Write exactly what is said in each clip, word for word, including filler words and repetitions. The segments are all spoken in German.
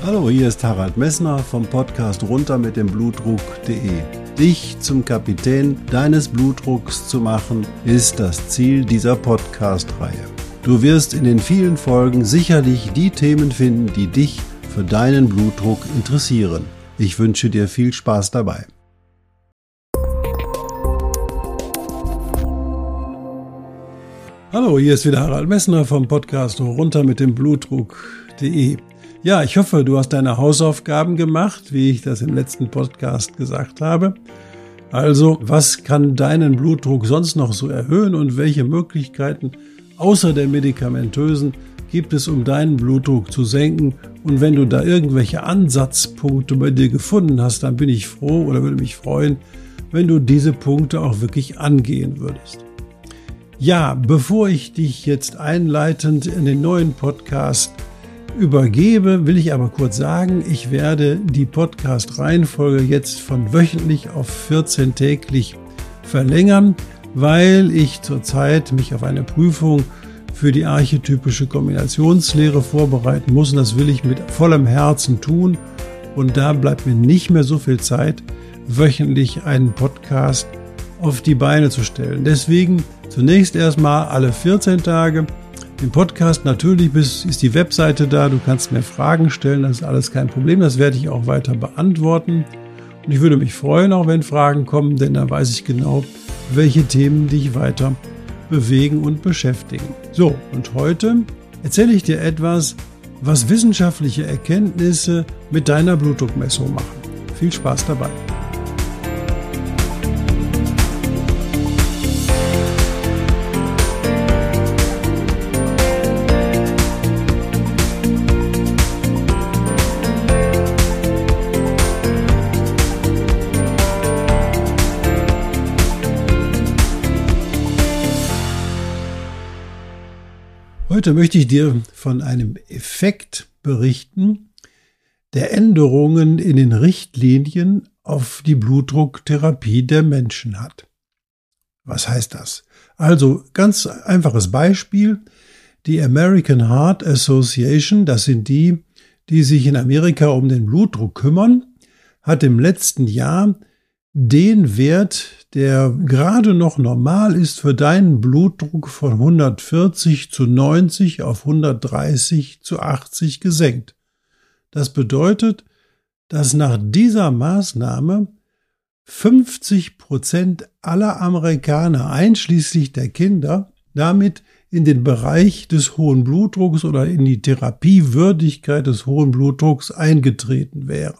Hallo, hier ist Harald Messner vom Podcast runter mit dem Blutdruck punkt de. Dich zum Kapitän deines Blutdrucks zu machen, ist das Ziel dieser Podcast-Reihe. Du wirst in den vielen Folgen sicherlich die Themen finden, die dich für deinen Blutdruck interessieren. Ich wünsche dir viel Spaß dabei. Hallo, hier ist wieder Harald Messner vom Podcast runter mit dem Blutdruck punkt de. Ja, ich hoffe, du hast deine Hausaufgaben gemacht, wie ich das im letzten Podcast gesagt habe. Also, was kann deinen Blutdruck sonst noch so erhöhen und welche Möglichkeiten außer der medikamentösen gibt es, um deinen Blutdruck zu senken? Und wenn du da irgendwelche Ansatzpunkte bei dir gefunden hast, dann bin ich froh oder würde mich freuen, wenn du diese Punkte auch wirklich angehen würdest. Ja, bevor ich dich jetzt einleitend in den neuen Podcast übergebe, will ich aber kurz sagen, ich werde die Podcast-Reihenfolge jetzt von wöchentlich auf vierzehn täglich verlängern, weil ich zurzeit mich auf eine Prüfung für die archetypische Kombinationslehre vorbereiten muss und das will ich mit vollem Herzen tun und da bleibt mir nicht mehr so viel Zeit, wöchentlich einen Podcast auf die Beine zu stellen. Deswegen zunächst erstmal alle vierzehn Tage. Im Podcast natürlich ist die Webseite da, du kannst mir Fragen stellen, das ist alles kein Problem, das werde ich auch weiter beantworten. Und ich würde mich freuen, auch wenn Fragen kommen, denn dann weiß ich genau, welche Themen dich weiter bewegen und beschäftigen. So, und heute erzähle ich dir etwas, was wissenschaftliche Erkenntnisse mit deiner Blutdruckmessung machen. Viel Spaß dabei. Heute möchte ich dir von einem Effekt berichten, der Änderungen in den Richtlinien auf die Blutdrucktherapie der Menschen hat. Was heißt das? Also ganz einfaches Beispiel. Die American Heart Association, das sind die, die sich in Amerika um den Blutdruck kümmern, hat im letzten Jahr den Wert, der gerade noch normal ist für deinen Blutdruck von hundertvierzig zu neunzig auf hundertdreißig zu achtzig gesenkt. Das bedeutet, dass nach dieser Maßnahme fünfzig Prozent aller Amerikaner, einschließlich der Kinder, damit in den Bereich des hohen Blutdrucks oder in die Therapiewürdigkeit des hohen Blutdrucks eingetreten wären.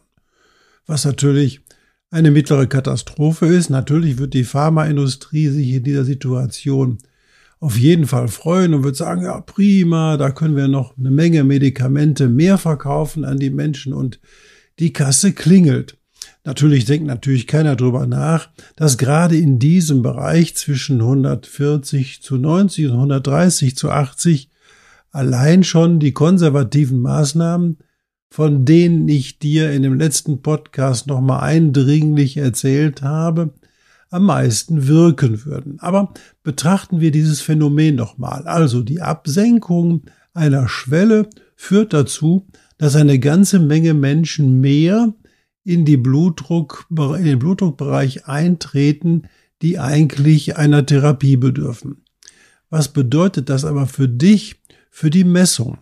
Was natürlich eine mittlere Katastrophe ist. Natürlich wird die Pharmaindustrie sich in dieser Situation auf jeden Fall freuen und wird sagen, ja prima, da können wir noch eine Menge Medikamente mehr verkaufen an die Menschen und die Kasse klingelt. Natürlich denkt natürlich keiner drüber nach, dass gerade in diesem Bereich zwischen hundertvierzig zu neunzig und hundertdreißig zu achtzig allein schon die konservativen Maßnahmen, von denen ich dir in dem letzten Podcast nochmal eindringlich erzählt habe, am meisten wirken würden. Aber betrachten wir dieses Phänomen nochmal. Also die Absenkung einer Schwelle führt dazu, dass eine ganze Menge Menschen mehr in, die Blutdruck, in den Blutdruckbereich eintreten, die eigentlich einer Therapie bedürfen. Was bedeutet das aber für dich, für die Messung?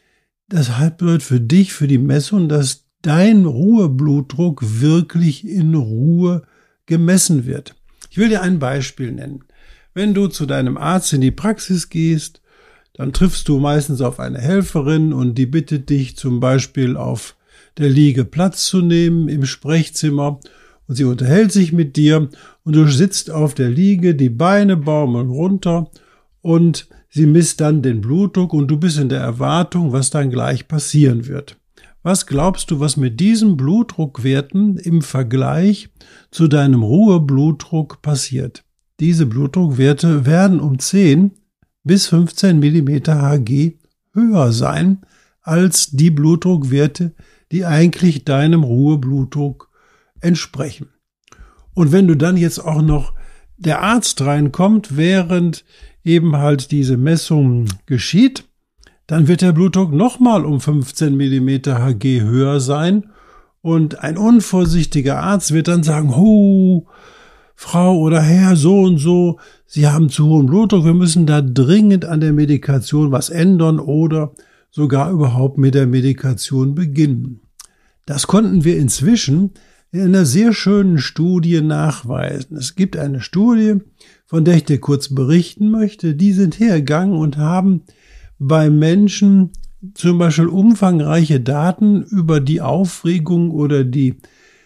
Das bedeutet für dich, für die Messung, dass dein Ruheblutdruck wirklich in Ruhe gemessen wird. Ich will dir ein Beispiel nennen. Wenn du zu deinem Arzt in die Praxis gehst, dann triffst du meistens auf eine Helferin und die bittet dich zum Beispiel auf der Liege Platz zu nehmen im Sprechzimmer und sie unterhält sich mit dir und du sitzt auf der Liege, die Beine baumeln runter und sie misst dann den Blutdruck und du bist in der Erwartung, was dann gleich passieren wird. Was glaubst du, was mit diesen Blutdruckwerten im Vergleich zu deinem Ruheblutdruck passiert? Diese Blutdruckwerte werden um zehn bis fünfzehn Millimeter Hg höher sein als die Blutdruckwerte, die eigentlich deinem Ruheblutdruck entsprechen. Und wenn du dann jetzt auch noch der Arzt reinkommt, während eben halt diese Messung geschieht, dann wird der Blutdruck nochmal um fünfzehn Millimeter Hg höher sein und ein unvorsichtiger Arzt wird dann sagen, oh, Frau oder Herr, so und so, Sie haben zu hohen Blutdruck, wir müssen da dringend an der Medikation was ändern oder sogar überhaupt mit der Medikation beginnen. Das konnten wir inzwischen in einer sehr schönen Studie nachweisen. Es gibt eine Studie, von der ich dir kurz berichten möchte. Die sind hergegangen und haben bei Menschen zum Beispiel umfangreiche Daten über die Aufregung oder die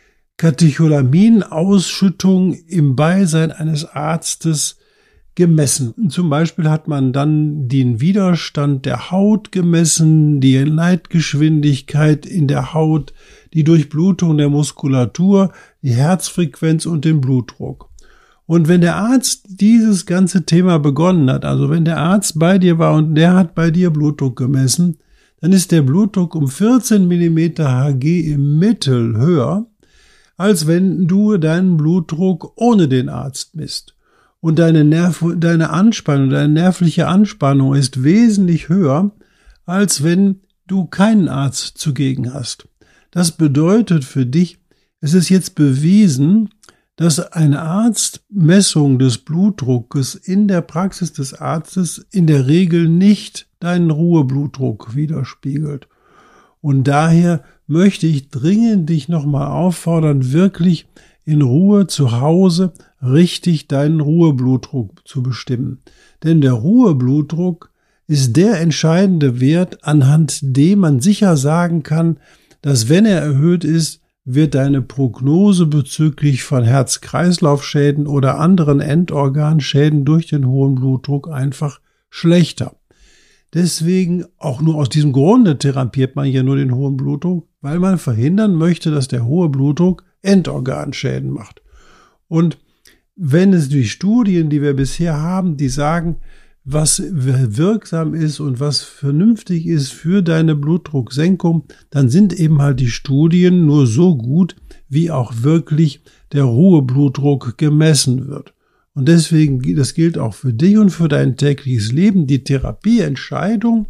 Katecholaminausschüttung im Beisein eines Arztes gemessen. Zum Beispiel hat man dann den Widerstand der Haut gemessen, die Leitgeschwindigkeit in der Haut, die Durchblutung der Muskulatur, die Herzfrequenz und den Blutdruck. Und wenn der Arzt dieses ganze Thema begonnen hat, also wenn der Arzt bei dir war und der hat bei dir Blutdruck gemessen, dann ist der Blutdruck um vierzehn Millimeter Hg im Mittel höher, als wenn du deinen Blutdruck ohne den Arzt misst. Und deine, Nerv, deine Anspannung, deine nervliche Anspannung ist wesentlich höher, als wenn du keinen Arzt zugegen hast. Das bedeutet für dich, es ist jetzt bewiesen, dass eine Arztmessung des Blutdruckes in der Praxis des Arztes in der Regel nicht deinen Ruheblutdruck widerspiegelt. Und daher möchte ich dringend dich nochmal auffordern, wirklich in Ruhe zu Hause richtig deinen Ruheblutdruck zu bestimmen. Denn der Ruheblutdruck ist der entscheidende Wert, anhand dem man sicher sagen kann, dass wenn er erhöht ist, wird deine Prognose bezüglich von Herz-Kreislauf-Schäden oder anderen Endorganschäden durch den hohen Blutdruck einfach schlechter. Deswegen, auch nur aus diesem Grunde therapiert man ja nur den hohen Blutdruck, weil man verhindern möchte, dass der hohe Blutdruck Endorganschäden macht. Und wenn es die Studien, die wir bisher haben, die sagen, was wirksam ist und was vernünftig ist für deine Blutdrucksenkung, dann sind eben halt die Studien nur so gut, wie auch wirklich der Ruheblutdruck gemessen wird. Und deswegen, das gilt auch für dich und für dein tägliches Leben, die Therapieentscheidung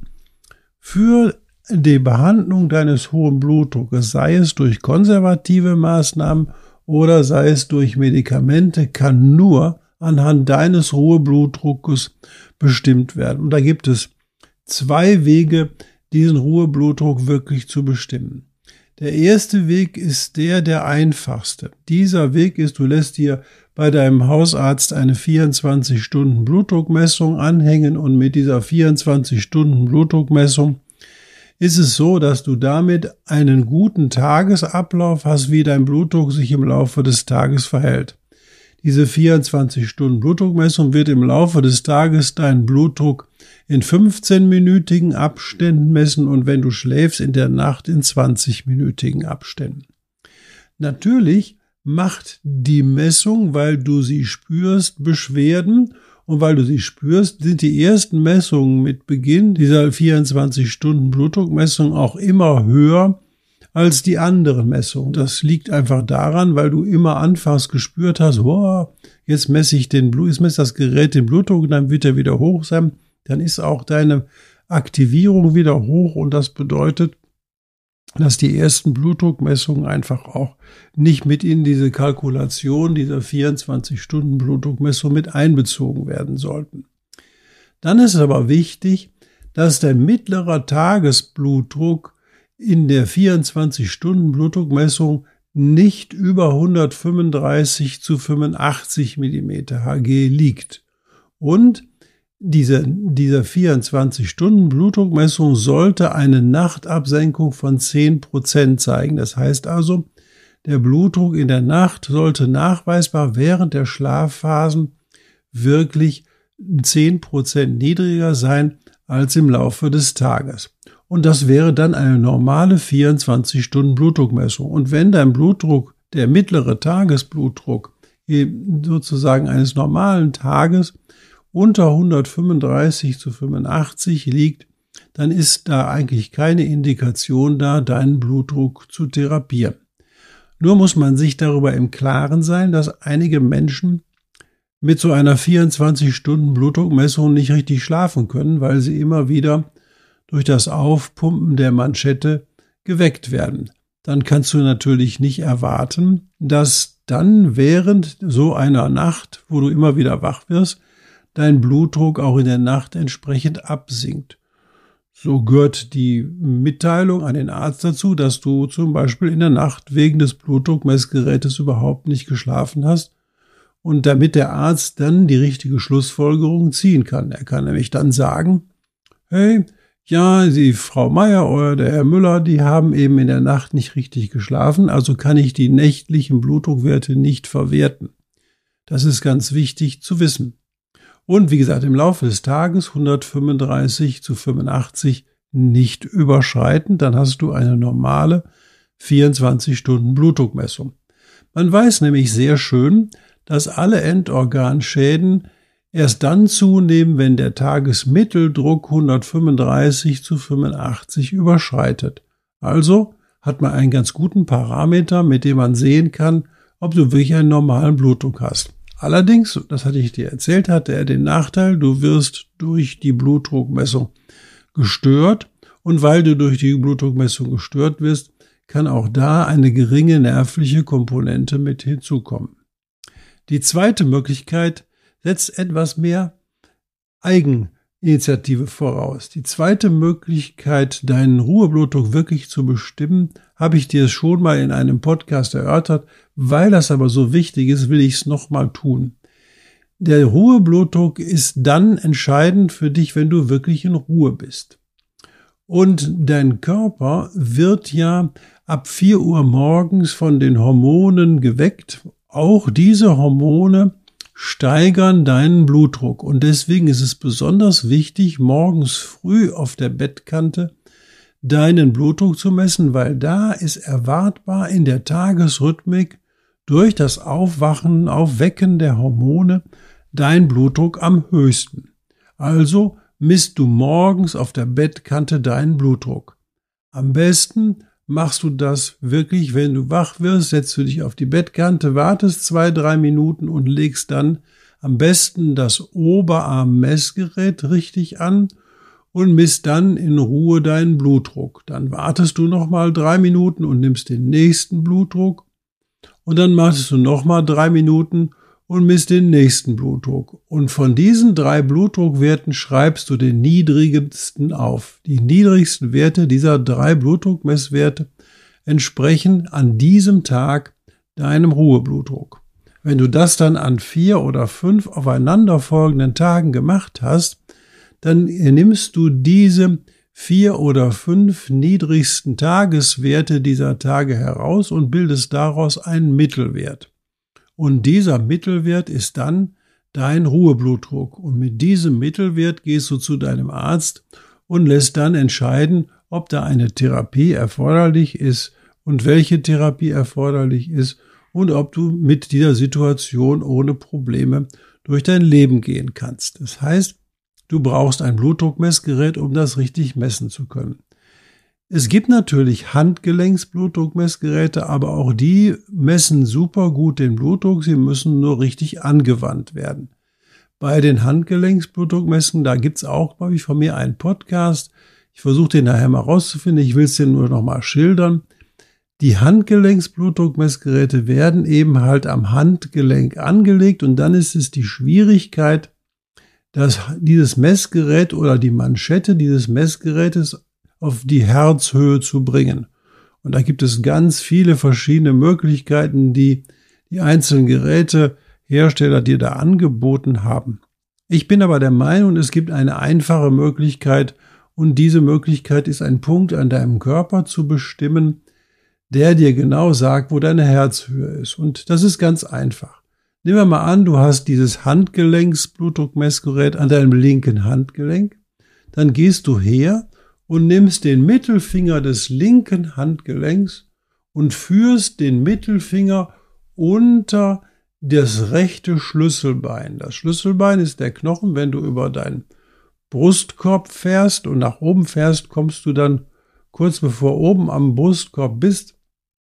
für die Behandlung deines hohen Blutdruckes, sei es durch konservative Maßnahmen oder sei es durch Medikamente, kann nur anhand deines Ruheblutdruckes bestimmt werden. Und da gibt es zwei Wege, diesen Ruheblutdruck wirklich zu bestimmen. Der erste Weg ist der, der einfachste. Dieser Weg ist, du lässt dir bei deinem Hausarzt eine vierundzwanzig Stunden Blutdruckmessung anhängen und mit dieser vierundzwanzig Stunden Blutdruckmessung ist es so, dass du damit einen guten Tagesablauf hast, wie dein Blutdruck sich im Laufe des Tages verhält. Diese vierundzwanzig Stunden Blutdruckmessung wird im Laufe des Tages deinen Blutdruck in fünfzehnminütigen Abständen messen und wenn du schläfst, in der Nacht in zwanzigminütigen Abständen. Natürlich macht die Messung, weil du sie spürst, Beschwerden und weil du sie spürst, sind die ersten Messungen mit Beginn dieser vierundzwanzig Stunden Blutdruckmessung auch immer höher als die anderen Messungen. Das liegt einfach daran, weil du immer anfangs gespürt hast, wow, jetzt messe ich den Blut, jetzt messt das Gerät den Blutdruck und dann wird er wieder hoch sein. Dann ist auch deine Aktivierung wieder hoch und das bedeutet, dass die ersten Blutdruckmessungen einfach auch nicht mit in diese Kalkulation dieser vierundzwanzig Stunden Blutdruckmessung mit einbezogen werden sollten. Dann ist es aber wichtig, dass der mittlere Tagesblutdruck in der vierundzwanzig Stunden Blutdruckmessung nicht über hundertfünfunddreißig zu fünfundachtzig Millimeter Hg liegt. Und diese, dieser vierundzwanzig Stunden Blutdruckmessung sollte eine Nachtabsenkung von zehn Prozent zeigen. Das heißt also, der Blutdruck in der Nacht sollte nachweisbar während der Schlafphasen wirklich zehn Prozent niedriger sein als im Laufe des Tages. Und das wäre dann eine normale vierundzwanzig Stunden Blutdruckmessung. Und wenn dein Blutdruck, der mittlere Tagesblutdruck sozusagen eines normalen Tages unter hundertfünfunddreißig zu fünfundachtzig liegt, dann ist da eigentlich keine Indikation da, deinen Blutdruck zu therapieren. Nur muss man sich darüber im Klaren sein, dass einige Menschen mit so einer vierundzwanzig Stunden Blutdruckmessung nicht richtig schlafen können, weil sie immer wieder durch das Aufpumpen der Manschette geweckt werden. Dann kannst du natürlich nicht erwarten, dass dann während so einer Nacht, wo du immer wieder wach wirst, dein Blutdruck auch in der Nacht entsprechend absinkt. So gehört die Mitteilung an den Arzt dazu, dass du zum Beispiel in der Nacht wegen des Blutdruckmessgerätes überhaupt nicht geschlafen hast und damit der Arzt dann die richtige Schlussfolgerung ziehen kann. Er kann nämlich dann sagen, hey, ja, die Frau Meier oder der Herr Müller, die haben eben in der Nacht nicht richtig geschlafen, also kann ich die nächtlichen Blutdruckwerte nicht verwerten. Das ist ganz wichtig zu wissen. Und wie gesagt, im Laufe des Tages hundertfünfunddreißig zu fünfundachtzig nicht überschreiten, dann hast du eine normale vierundzwanzig Stunden Blutdruckmessung. Man weiß nämlich sehr schön, dass alle Endorganschäden erst dann zunehmen, wenn der Tagesmitteldruck hundertfünfunddreißig zu fünfundachtzig überschreitet. Also hat man einen ganz guten Parameter, mit dem man sehen kann, ob du wirklich einen normalen Blutdruck hast. Allerdings, das hatte ich dir erzählt, hatte er den Nachteil, du wirst durch die Blutdruckmessung gestört und weil du durch die Blutdruckmessung gestört wirst, kann auch da eine geringe nervliche Komponente mit hinzukommen. Die zweite Möglichkeit setzt etwas mehr Eigeninitiative voraus. Die zweite Möglichkeit, deinen Ruheblutdruck wirklich zu bestimmen, habe ich dir schon mal in einem Podcast erörtert. Weil das aber so wichtig ist, will ich es nochmal tun. Der Ruheblutdruck ist dann entscheidend für dich, wenn du wirklich in Ruhe bist. Und dein Körper wird ja ab vier Uhr morgens von den Hormonen geweckt. Auch diese Hormone steigern deinen Blutdruck. Und deswegen ist es besonders wichtig, morgens früh auf der Bettkante deinen Blutdruck zu messen, weil da ist erwartbar in der Tagesrhythmik durch das Aufwachen, Aufwecken der Hormone dein Blutdruck am höchsten. Also misst du morgens auf der Bettkante deinen Blutdruck. Am besten machst du das wirklich, wenn du wach wirst, setzt du dich auf die Bettkante, wartest zwei, drei Minuten und legst dann am besten das Oberarm-Messgerät richtig an und misst dann in Ruhe deinen Blutdruck. Dann wartest du nochmal drei Minuten und nimmst den nächsten Blutdruck und dann machst du nochmal drei Minuten und misst den nächsten Blutdruck. Und von diesen drei Blutdruckwerten schreibst du den niedrigsten auf. Die niedrigsten Werte dieser drei Blutdruckmesswerte entsprechen an diesem Tag deinem Ruheblutdruck. Wenn du das dann an vier oder fünf aufeinanderfolgenden Tagen gemacht hast, dann nimmst du diese vier oder fünf niedrigsten Tageswerte dieser Tage heraus und bildest daraus einen Mittelwert. Und dieser Mittelwert ist dann dein Ruheblutdruck. Und mit diesem Mittelwert gehst du zu deinem Arzt und lässt dann entscheiden, ob da eine Therapie erforderlich ist und welche Therapie erforderlich ist und ob du mit dieser Situation ohne Probleme durch dein Leben gehen kannst. Das heißt, du brauchst ein Blutdruckmessgerät, um das richtig messen zu können. Es gibt natürlich Handgelenksblutdruckmessgeräte, aber auch die messen super gut den Blutdruck. Sie müssen nur richtig angewandt werden. Bei den Handgelenksblutdruckmessen, da gibt's auch, glaube ich, von mir einen Podcast. Ich versuche den nachher mal rauszufinden. Ich will es dir nur noch mal schildern. Die Handgelenksblutdruckmessgeräte werden eben halt am Handgelenk angelegt und dann ist es die Schwierigkeit, dass dieses Messgerät oder die Manschette dieses Messgerätes auf die Herzhöhe zu bringen. Und da gibt es ganz viele verschiedene Möglichkeiten, die die einzelnen Gerätehersteller dir da angeboten haben. Ich bin aber der Meinung, es gibt eine einfache Möglichkeit und diese Möglichkeit ist ein Punkt an deinem Körper zu bestimmen, der dir genau sagt, wo deine Herzhöhe ist. Und das ist ganz einfach. Nehmen wir mal an, du hast dieses Handgelenksblutdruckmessgerät an deinem linken Handgelenk. Dann gehst du her und nimmst den Mittelfinger des linken Handgelenks und führst den Mittelfinger unter das rechte Schlüsselbein. Das Schlüsselbein ist der Knochen. Wenn du über deinen Brustkorb fährst und nach oben fährst, kommst du dann kurz bevor oben am Brustkorb bist,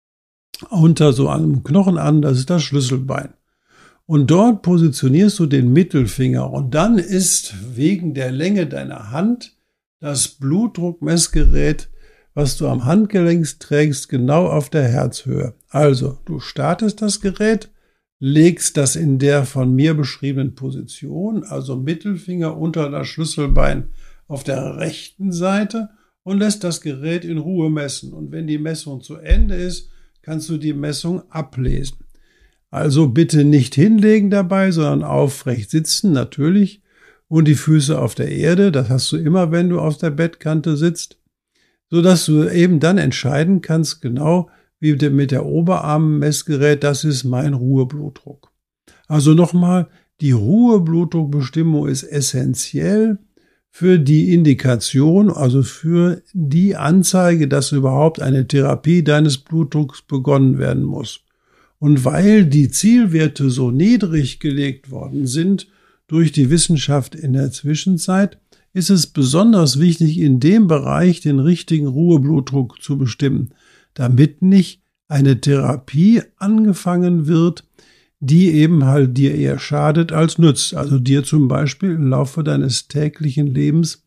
unter so einem Knochen an, das ist das Schlüsselbein. Und dort positionierst du den Mittelfinger und dann ist wegen der Länge deiner Hand das Blutdruckmessgerät, was du am Handgelenk trägst, genau auf der Herzhöhe. Also, du startest das Gerät, legst das in der von mir beschriebenen Position, also Mittelfinger unter das Schlüsselbein auf der rechten Seite und lässt das Gerät in Ruhe messen. Und wenn die Messung zu Ende ist, kannst du die Messung ablesen. Also bitte nicht hinlegen dabei, sondern aufrecht sitzen, natürlich, und die Füße auf der Erde. Das hast du immer, wenn du auf der Bettkante sitzt, sodass du eben dann entscheiden kannst, genau wie mit der Oberarm-Messgerät, das ist mein Ruheblutdruck. Also nochmal, die Ruheblutdruckbestimmung ist essentiell für die Indikation, also für die Anzeige, dass überhaupt eine Therapie deines Blutdrucks begonnen werden muss. Und weil die Zielwerte so niedrig gelegt worden sind durch die Wissenschaft in der Zwischenzeit, ist es besonders wichtig, in dem Bereich den richtigen Ruheblutdruck zu bestimmen, damit nicht eine Therapie angefangen wird, die eben halt dir eher schadet als nützt. Also dir zum Beispiel im Laufe deines täglichen Lebens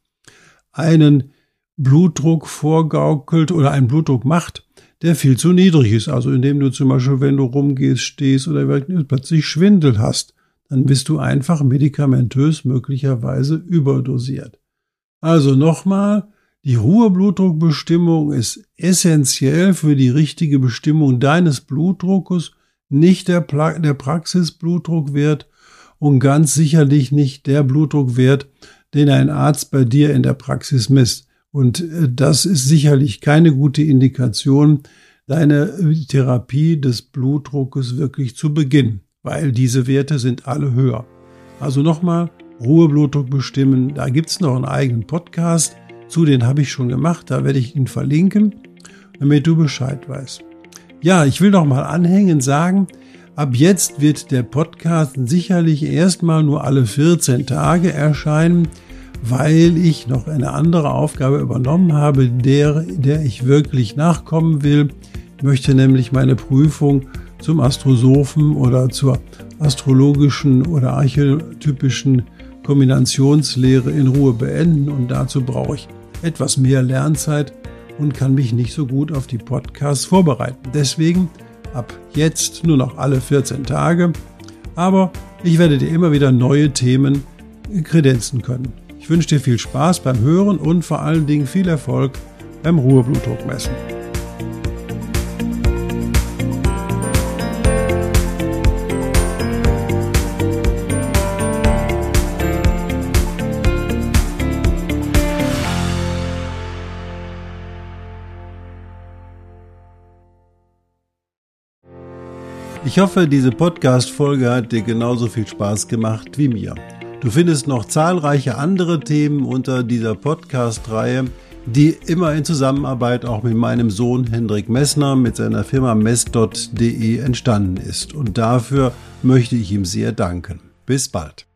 einen Blutdruck vorgaukelt oder einen Blutdruck macht, der viel zu niedrig ist. Also indem du zum Beispiel, wenn du rumgehst, stehst oder plötzlich Schwindel hast, dann bist du einfach medikamentös möglicherweise überdosiert. Also nochmal, die Ruheblutdruckbestimmung ist essentiell für die richtige Bestimmung deines Blutdruckes, nicht der, Pla- der Praxisblutdruckwert und ganz sicherlich nicht der Blutdruckwert, den ein Arzt bei dir in der Praxis misst. Und das ist sicherlich keine gute Indikation, deine Therapie des Blutdruckes wirklich zu beginnen, weil diese Werte sind alle höher. Also nochmal, Ruheblutdruck bestimmen, da gibt's noch einen eigenen Podcast zu, den habe ich schon gemacht, da werde ich ihn verlinken, damit du Bescheid weißt. Ja, ich will noch mal anhängen sagen, ab jetzt wird der Podcast sicherlich erstmal nur alle vierzehn Tage erscheinen, weil ich noch eine andere Aufgabe übernommen habe, der, der ich wirklich nachkommen will. Ich möchte nämlich meine Prüfung zum Astrosophen oder zur astrologischen oder archetypischen Kombinationslehre in Ruhe beenden und dazu brauche ich etwas mehr Lernzeit und kann mich nicht so gut auf die Podcasts vorbereiten. Deswegen ab jetzt nur noch alle vierzehn Tage, aber ich werde dir immer wieder neue Themen kredenzen können. Ich wünsche dir viel Spaß beim Hören und vor allen Dingen viel Erfolg beim Ruheblutdruckmessen. Ich hoffe, diese Podcast-Folge hat dir genauso viel Spaß gemacht wie mir. Du findest noch zahlreiche andere Themen unter dieser Podcast-Reihe, die immer in Zusammenarbeit auch mit meinem Sohn Hendrik Messner mit seiner Firma mess punkt de entstanden ist. Und dafür möchte ich ihm sehr danken. Bis bald.